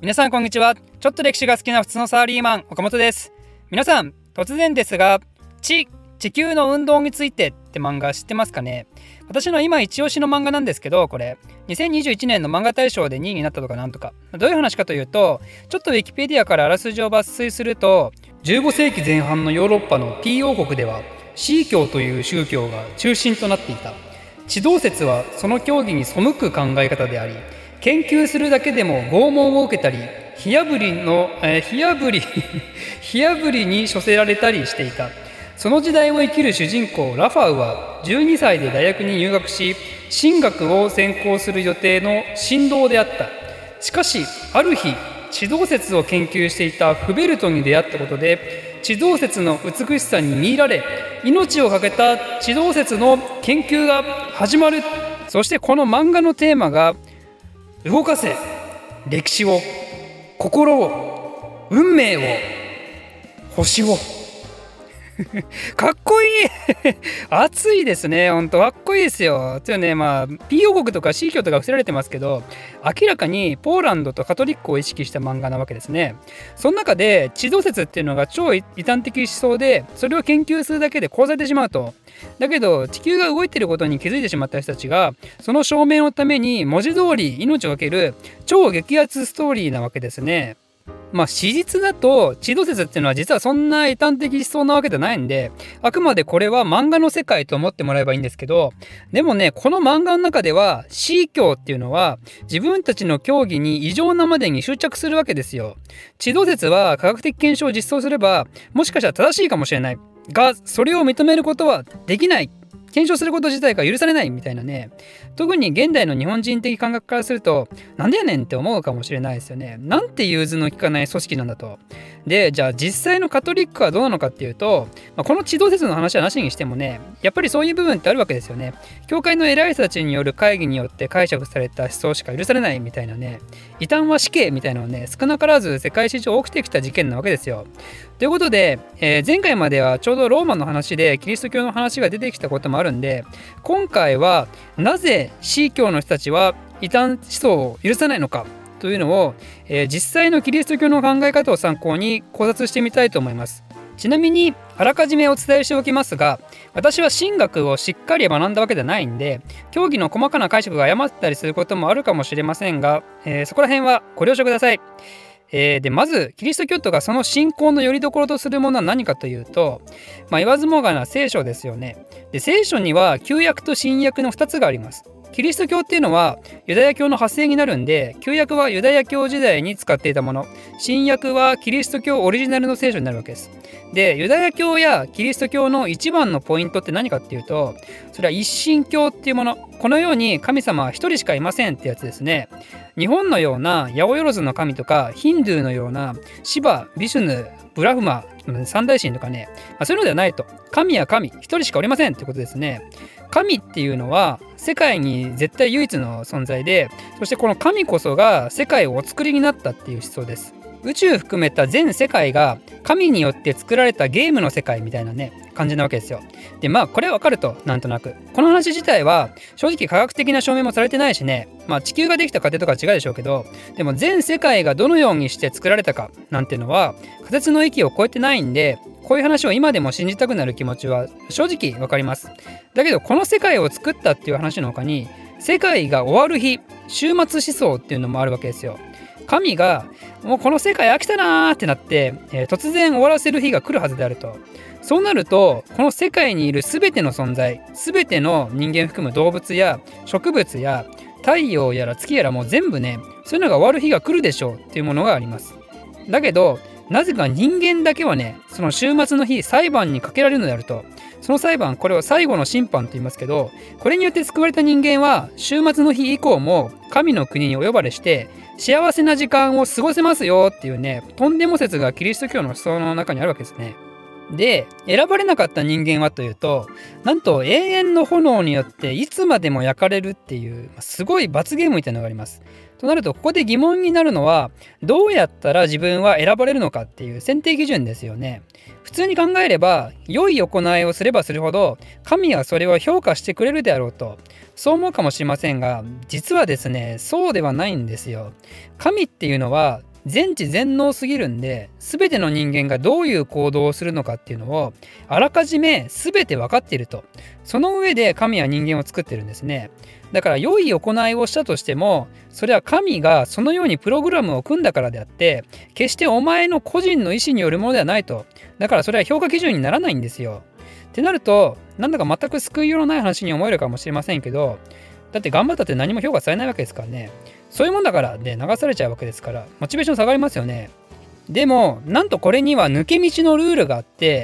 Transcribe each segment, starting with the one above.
皆さんこんにちは。ちょっと歴史が好きな普通のサラリーマン岡本です。皆さん突然ですが、地球の運動についてって漫画知ってますかね？私の今一押しの漫画なんですけど、これ2021年の漫画大賞で2位になったとかなんとか。どういう話かというと、ちょっとウィキペディアからあらすじを抜粋すると、15世紀前半のヨーロッパの T 王国ではシー教という宗教が中心となっていた。地動説はその教義に背く考え方であり、研究するだけでも拷問を受けたり、火あぶりに処せられたりしていた。その時代を生きる主人公ラファウは12歳で大学に入学し、神学を専攻する予定の神童であった。しかしある日、地動説を研究していたフベルトに出会ったことで、地動説の美しさに見入られ、命を懸けた地動説の研究が始まる。そしてこの漫画のテーマが、動かせ歴史を、心を、運命を、星をかっこいい熱いですね。ほんとかっこいいですよ。つよね、P 王国とか C 教とか伏せられてますけど、明らかにポーランドとカトリックを意識した漫画なわけですね。その中で地動説っていうのが超異端的思想で、それを研究するだけで殺されてしまうと。だけど地球が動いていることに気づいてしまった人たちが、その証明のために文字通り命を懸ける超激アツストーリーなわけですね。史実だと地動説っていうのは実はそんな異端的思想なわけじゃないんで、あくまでこれは漫画の世界と思ってもらえばいいんですけど、でもね、この漫画の中では C 教っていうのは自分たちの教義に異常なまでに執着するわけですよ。地動説は科学的検証を実装すればもしかしたら正しいかもしれないが、それを認めることはできない、検証すること自体が許されないみたいなね。特に現代の日本人的感覚からすると、なんでやねんって思うかもしれないですよね。なんて融通の利かない組織なんだと。で、じゃあ実際のカトリックはどうなのかっていうと、この地動説の話はなしにしてもね、やっぱりそういう部分ってあるわけですよね。教会の偉い人たちによる会議によって解釈された思想しか許されないみたいなね、異端は死刑みたいなのはね、少なからず世界史上起きてきた事件なわけですよ。ということで、前回まではちょうどローマの話でキリスト教の話が出てきたこともあるんで、今回はなぜ C 教の人たちは異端思想を許さないのかというのを、実際のキリスト教の考え方を参考に考察してみたいと思います。ちなみにあらかじめお伝えしておきますが、私は神学をしっかり学んだわけではないんで、教義の細かな解釈が誤ったりすることもあるかもしれませんが、そこら辺はご了承ください。でまずキリスト教徒がその信仰の拠り所とするものは何かというと、言わずもがな聖書ですよね。で聖書には旧約と新約の2つがあります。キリスト教っていうのはユダヤ教の派生になるんで、旧約はユダヤ教時代に使っていたもの、新約はキリスト教オリジナルの聖書になるわけです。でユダヤ教やキリスト教の一番のポイントって何かっていうと、それは一神教っていうもの。このように神様は一人しかいませんってやつですね。日本のような八百万の神とか、ヒンドゥーのようなシバ、ビシュヌ、ブラフマ、三大神とかね、そういうのではないと。神は神、一人しかおりませんってことですね。神っていうのは世界に絶対唯一の存在で、そしてこの神こそが世界をお作りになったっていう思想です。宇宙含めた全世界が神によって作られたゲームの世界みたいなね感じなわけですよ。でこれはわかると、なんとなくこの話自体は正直科学的な証明もされてないしね、地球ができた過程とか違うでしょうけど、でも全世界がどのようにして作られたかなんていうのは仮説の域を超えてないんで、こういう話を今でも信じたくなる気持ちは正直わかります。だけどこの世界を作ったっていう話の他に、世界が終わる日、終末思想っていうのもあるわけですよ。神がもうこの世界飽きたなーってなって、突然終わらせる日が来るはずであると。そうなるとこの世界にいる全ての存在、全ての人間含む動物や植物や太陽やら月やらもう全部ね、そういうのが終わる日が来るでしょうっていうものがあります。だけどなぜか人間だけはね、その終末の日裁判にかけられるのであると。その裁判、これを最後の審判と言いますけど、これによって救われた人間は終末の日以降も神の国にお呼ばれして幸せな時間を過ごせますよっていうね、とんでも説がキリスト教の思想の中にあるわけですね。で選ばれなかった人間はというと、なんと永遠の炎によっていつまでも焼かれるっていうすごい罰ゲームみたいなのがあります。となるとここで疑問になるのは、どうやったら自分は選ばれるのかっていう選定基準ですよね。普通に考えれば良い行いをすればするほど神はそれを評価してくれるであろうと、そう思うかもしれませんが、実はですね、そうではないんですよ。神っていうのは全知全能すぎるんで、全ての人間がどういう行動をするのかっていうのをあらかじめ全て分かっていると。その上で神は人間を作ってるんですね。だから良い行いをしたとしても、それは神がそのようにプログラムを組んだからであって、決してお前の個人の意思によるものではないと。だからそれは評価基準にならないんですよ。ってなると、なんだか全く救いようのない話に思えるかもしれませんけど、だって頑張ったって何も評価されないわけですからね。そういうもんだからで流されちゃうわけですから、モチベーション下がりますよね。でも、なんとこれには抜け道のルールがあって、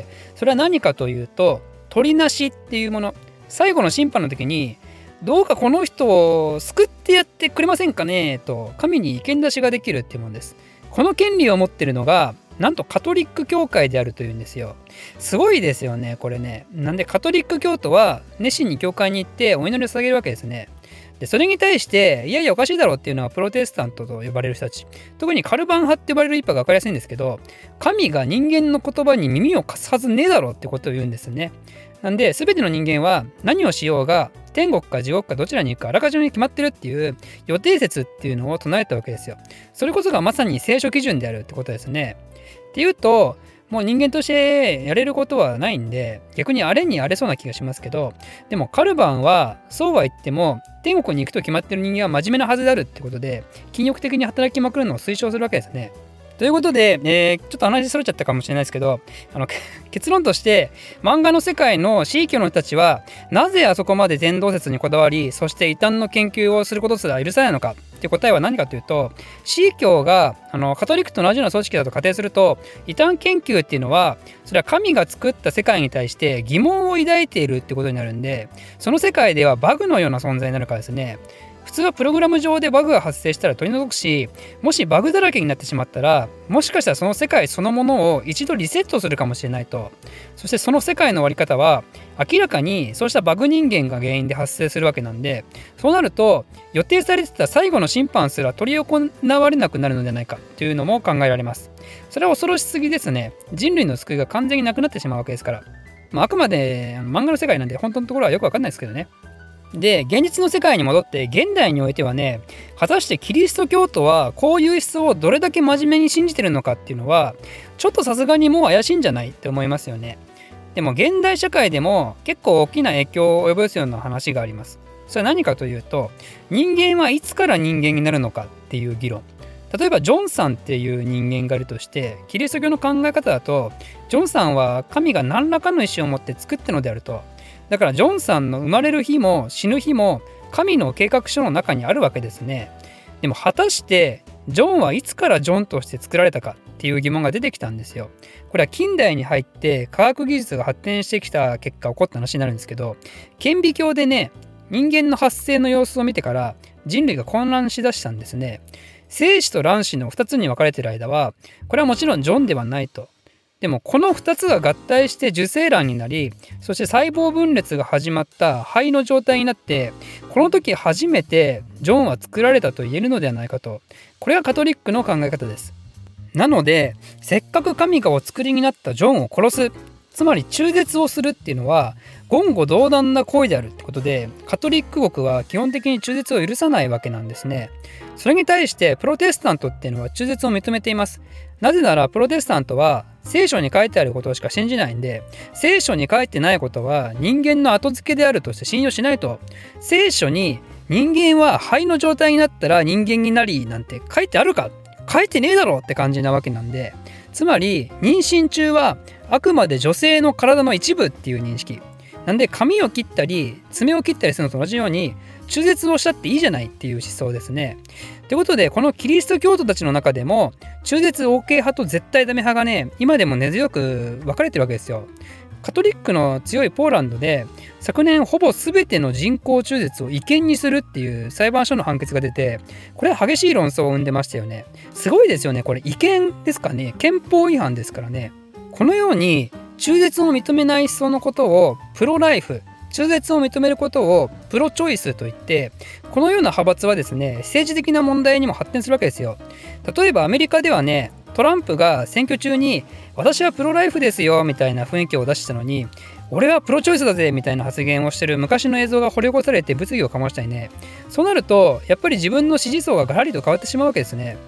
それは何かというと、取りなしっていうもの。最後の審判の時に、どうかこの人を救ってやってくれませんかねと、神に意見出しができるっていうものです。この権利を持ってるのが、なんとカトリック教会であるというんですよ。すごいですよね、これね。なんでカトリック教徒は熱心に教会に行ってお祈りを捧げるわけですね。でそれに対していやいやおかしいだろうっていうのはプロテスタントと呼ばれる人たち、特にカルバン派って呼ばれる一派が分かりやすいんですけど、神が人間の言葉に耳を貸すはずねえだろうってことを言うんですね。なんで全ての人間は何をしようが天国か地獄かどちらに行くかあらかじめ決まってるっていう予定説っていうのを唱えたわけですよ。それこそがまさに聖書基準であるってことですね。っていうと、もう人間としてやれることはないんで、逆にあれにあれそうな気がしますけど、でもカルバンはそうは言っても天国に行くと決まってる人間は真面目なはずであるってことで、禁欲的に働きまくるのを推奨するわけですね。ということで、ちょっと話それちゃったかもしれないですけど、結論として漫画の世界の司教の人たちはなぜあそこまで伝道説にこだわり、そして異端の研究をすることすら許さないのかっていう答えは何かというと、司教がカトリックと同じような組織だと仮定すると、異端研究っていうのはそれは神が作った世界に対して疑問を抱いているってことになるんで、その世界ではバグのような存在になるからですね。普通はプログラム上でバグが発生したら取り除くし、もしバグだらけになってしまったら、もしかしたらその世界そのものを一度リセットするかもしれないと。そしてその世界の終わり方は明らかにそうしたバグ人間が原因で発生するわけなんで、そうなると予定されてた最後の審判すら執り行われなくなるのではないかというのも考えられます。それは恐ろしすぎですね。人類の救いが完全になくなってしまうわけですから。あくまで漫画の世界なんで本当のところはよくわかんないですけどね。で、現実の世界に戻って現代においてはね、果たしてキリスト教徒はこういう思想をどれだけ真面目に信じてるのかっていうのは、ちょっとさすがにもう怪しいんじゃないって思いますよね。でも現代社会でも結構大きな影響を及ぼすような話があります。それは何かというと、人間はいつから人間になるのかっていう議論。例えばジョンさんっていう人間がいるとして、キリスト教の考え方だと、ジョンさんは神が何らかの意思を持って作ったのであると。だからジョンさんの生まれる日も死ぬ日も神の計画書の中にあるわけですね。でも果たしてジョンはいつからジョンとして作られたかっていう疑問が出てきたんですよ。これは近代に入って科学技術が発展してきた結果起こった話になるんですけど、顕微鏡でね、人間の発生の様子を見てから人類が混乱しだしたんですね。精子と卵子の2つに分かれている間は、これはもちろんジョンではないと。でもこの2つが合体して受精卵になり、そして細胞分裂が始まった胚の状態になって、この時初めてジョンは作られたと言えるのではないかと。これがカトリックの考え方です。なので、せっかく神がお作りになったジョンを殺す、つまり中絶をするっていうのは言語道断な行為であるってことで、カトリック国は基本的に中絶を許さないわけなんですね。それに対してプロテスタントっていうのは中絶を認めています。なぜならプロテスタントは聖書に書いてあることしか信じないんで、聖書に書いてないことは人間の後付けであるとして信用しないと。聖書に人間は肺の状態になったら人間になりなんて書いてあるか？書いてねえだろって感じなわけなんで、つまり妊娠中はあくまで女性の体の一部っていう認識なんで、髪を切ったり爪を切ったりするのと同じように中絶をしたっていいじゃないっていう思想ですね。ということで、このキリスト教徒たちの中でも中絶 OK 派と絶対ダメ派がね、今でも根強く分かれてるわけですよ。カトリックの強いポーランドで昨年ほぼ全ての人工中絶を違憲にするっていう裁判所の判決が出て、これは激しい論争を生んでましたよね。すごいですよね。これ違憲ですかね。憲法違反ですからね。このように中絶を認めない思想のことをプロライフ、中絶を認めることをプロチョイスといって、このような派閥はですね、政治的な問題にも発展するわけですよ。例えばアメリカではね、トランプが選挙中に私はプロライフですよみたいな雰囲気を出したのに、俺はプロチョイスだぜみたいな発言をしてる昔の映像が掘り起こされて物議を醸したりね。そうなるとやっぱり自分の支持層がガラリと変わってしまうわけですね。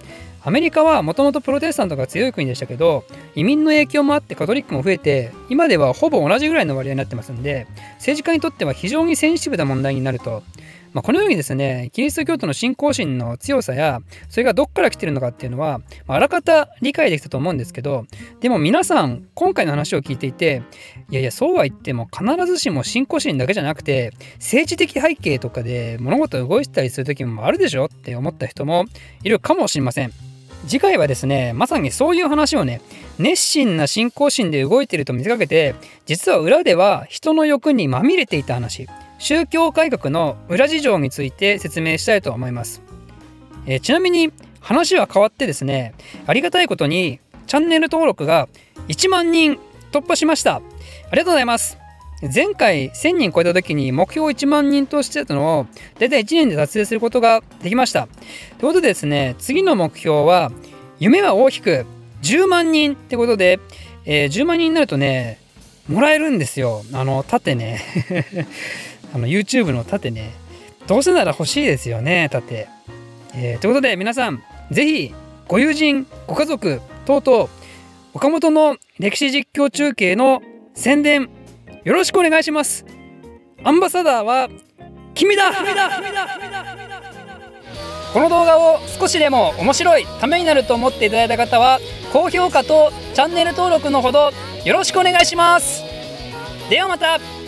アメリカはもともとプロテスタントが強い国でしたけど、移民の影響もあってカトリックも増えて、今ではほぼ同じぐらいの割合になってますんで、政治家にとっては非常にセンシティブな問題になると。このようにですね、キリスト教徒の信仰心の強さや、それがどっから来てるのかっていうのは、あらかた理解できたと思うんですけど、でも皆さん、今回の話を聞いていて、いやいや、そうは言っても必ずしも信仰心だけじゃなくて、政治的背景とかで物事を動いてたりする時もあるでしょって思った人もいるかもしれません。次回はですね、まさにそういう話をね、熱心な信仰心で動いていると見せかけて、実は裏では人の欲にまみれていた話、宗教改革の裏事情について説明したいと思います。ちなみに話は変わってですね、ありがたいことにチャンネル登録が1万人突破しました。ありがとうございます。前回1000人超えた時に目標1万人としてたのをだいたい1年で達成することができました。ということでですね、次の目標は夢は大きく10万人ってことで、10万人になるとね、もらえるんですよ。盾ねYouTube の盾ね。どうせなら欲しいですよね、盾。ということで皆さん、ぜひご友人、ご家族等々、岡本の歴史実況中継の宣伝よろしくお願いします。アンバサダーは君だ。この動画を少しでも面白い、ためになると思っていただいた方は高評価とチャンネル登録のほどよろしくお願いします。ではまた。